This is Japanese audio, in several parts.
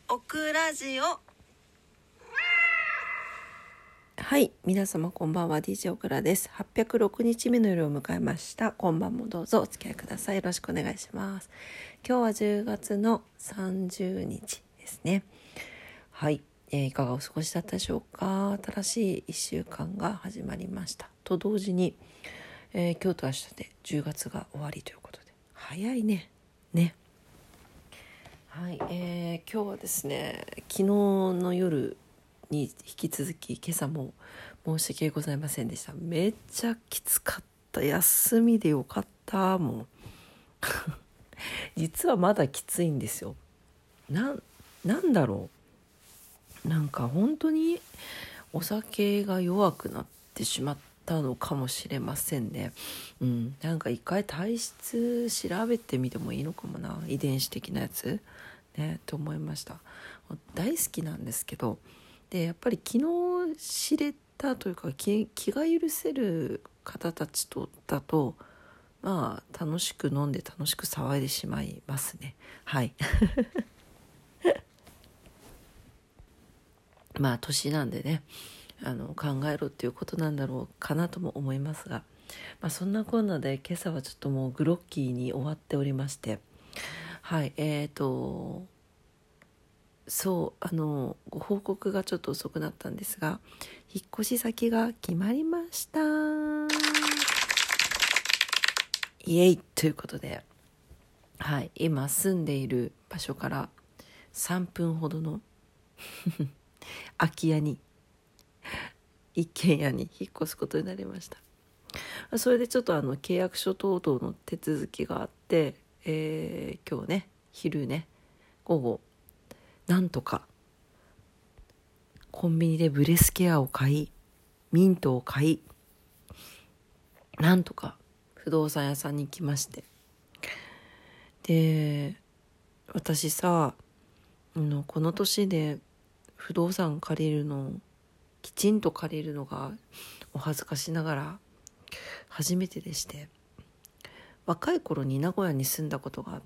オクラジオ。 はい、皆様こんばんは。 DJ オクラです。806日目の夜を迎えました。今晩もどうぞお付き合いください。よろしくお願いします。今日は10月の30日ですね。はい、いかがお過ごしだったでしょうか。新しい1週間が始まりましたと同時に、今日と明日で10月が終わりということで早いね。はい、今日はですね、昨日の夜に引き続き今朝も申し訳ございませんでした。めっちゃきつかった。休みでよかった。もう実はまだきついんですよ。なんだろう、なんか本当にお酒が弱くなってしまったのかもしれませんね。なんか一回体質調べてみてもいいのかもな、遺伝子的なやつねと思いました。大好きなんですけど、でやっぱり昨日知れたというか 気が許せる方たちとだとまあ楽しく飲んで楽しく騒いでしまいますね。はいまあ年なんでね、考えろっていうことなんだろうかなとも思いますが、そんなこんなで今朝はちょっともうグロッキーに終わっておりまして、はいご報告がちょっと遅くなったんですが、引っ越し先が決まりました。イエイということで、はい、今住んでいる場所から3分ほどの空き家に一軒家に引っ越すことになりました。それでちょっと契約書等々の手続きがあって、今日ね昼ね午後なんとかコンビニでブレスケアを買いミントを買い、なんとか不動産屋さんに来まして、で私さこの年で不動産借りるのきちんと借りるのがお恥ずかしながら初めてでして、若い頃に名古屋に住んだことがあって、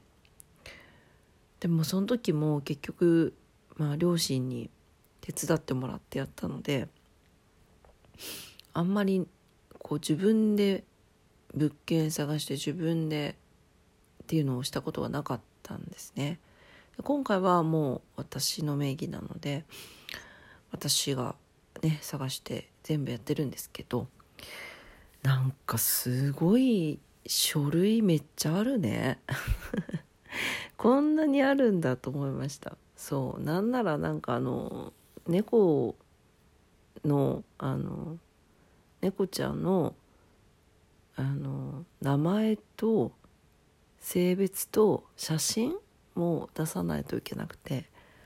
でもその時も結局両親に手伝ってもらってやったので、あんまりこう自分で物件探して自分でっていうのをしたことがなかったんですね。今回はもう私の名義なので私がね探して全部やってるんですけど、なんかすごい書類めっちゃあるねこんなにあるんだと思いました。そうなんならなんか猫の猫ちゃんの名前と性別と写真も出さないといけなくて、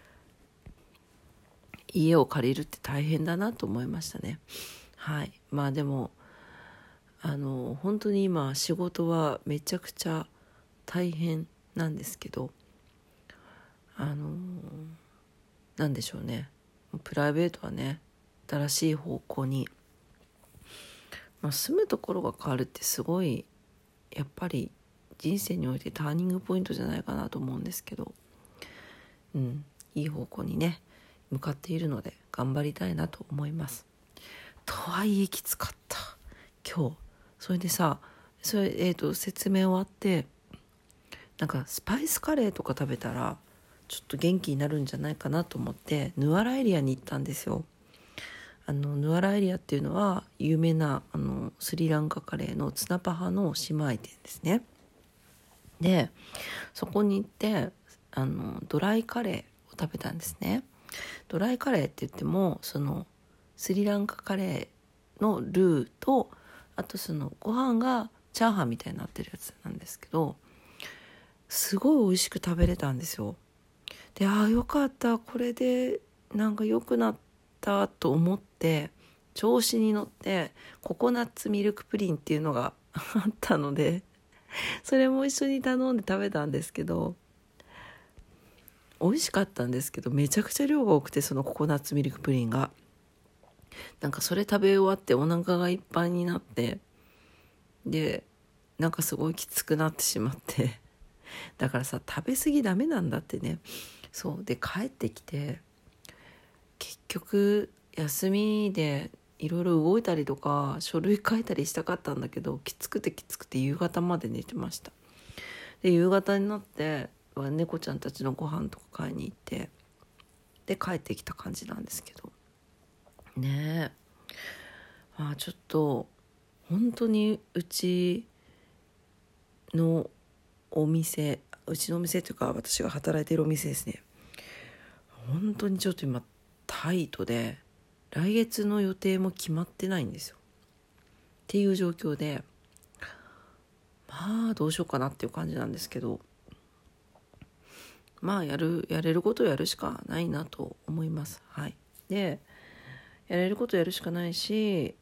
家を借りるって大変だなと思いましたね。はい、でも本当に今仕事はめちゃくちゃ大変なんですけど、なんでしょうね、プライベートはね新しい方向に、住むところが変わるってすごいやっぱり人生においてターニングポイントじゃないかなと思うんですけど、いい方向にね向かっているので頑張りたいなと思います。とはいえきつかった今日。それでさ説明終わって、なんかスパイスカレーとか食べたらちょっと元気になるんじゃないかなと思ってヌアラエリアに行ったんですよ。ヌアラエリアっていうのは有名なスリランカカレーのツナパハの姉妹店ですね。でそこに行ってドライカレーを食べたんですね。ドライカレーって言ってもそのスリランカカレーのルーと、あとそのご飯がチャーハンみたいになってるやつなんですけど、すごい美味しく食べれたんですよ。でよかった、これでなんか良くなったと思って調子に乗ってココナッツミルクプリンっていうのがあったのでそれも一緒に頼んで食べたんですけど、美味しかったんですけどめちゃくちゃ量が多くて、そのココナッツミルクプリンがなんかそれ食べ終わってお腹がいっぱいになって、でなんかすごいきつくなってしまってだからさ食べ過ぎダメなんだってねそうで帰ってきて結局休みでいろいろ動いたりとか書類書いたりしたかったんだけど、きつくて夕方まで寝てました。で夕方になって猫ちゃんたちのご飯とか買いに行ってで帰ってきた感じなんですけどね。ちょっと本当にうちのお店というか私が働いているお店ですね、本当にちょっと今タイトで来月の予定も決まってないんですよっていう状況で、どうしようかなっていう感じなんですけど、やれることをやるしかないなと思います。はい。でやれることやるしかないし、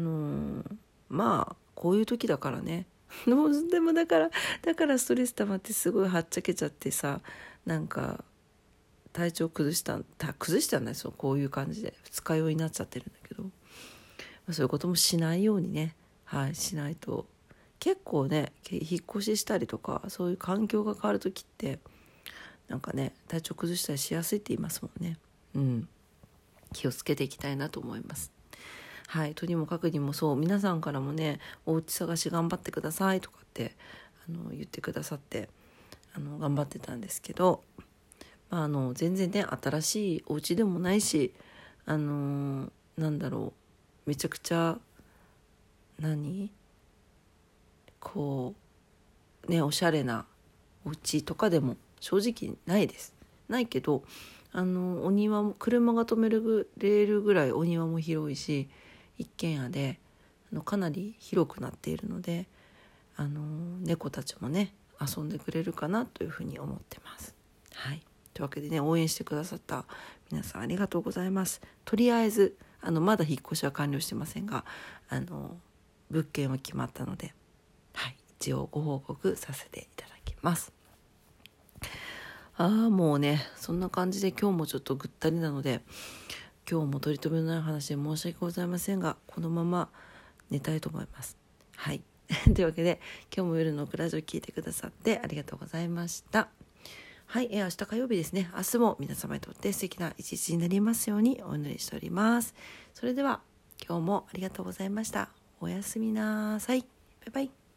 こういう時だからねでもだからストレス溜まってすごいはっちゃけちゃってさ、なんか体調崩したんですよ。こういう感じで二日酔いになっちゃってるんだけど、そういうこともしないようにね、しないと。結構ね引っ越ししたりとかそういう環境が変わる時ってなんかね体調崩したりしやすいって言いますもんね。気をつけていきたいなと思います。はい、とにもかくにもそう皆さんからもねお家探し頑張ってくださいとかって言ってくださって頑張ってたんですけど、全然ね新しいお家でもないしめちゃくちゃおしゃれなお家とかでも正直ないけどお庭も車が止めれるぐらいお庭も広いし一軒家でかなり広くなっているので猫たちもね遊んでくれるかなというふうに思ってます。はい、というわけでね応援してくださった皆さんありがとうございます。とりあえずまだ引っ越しは完了してませんが物件は決まったので、一応ご報告させていただきます。もうねそんな感じで今日もちょっとぐったりなので今日も取り留めのない話で申し訳ございませんがこのまま寝たいと思います。はいというわけで今日も夜のクラジオ聞いてくださってありがとうございました。はい、明日火曜日ですね。明日も皆様にとって素敵な一日になりますようにお祈りしております。それでは今日もありがとうございました。おやすみなさい。バイバイ。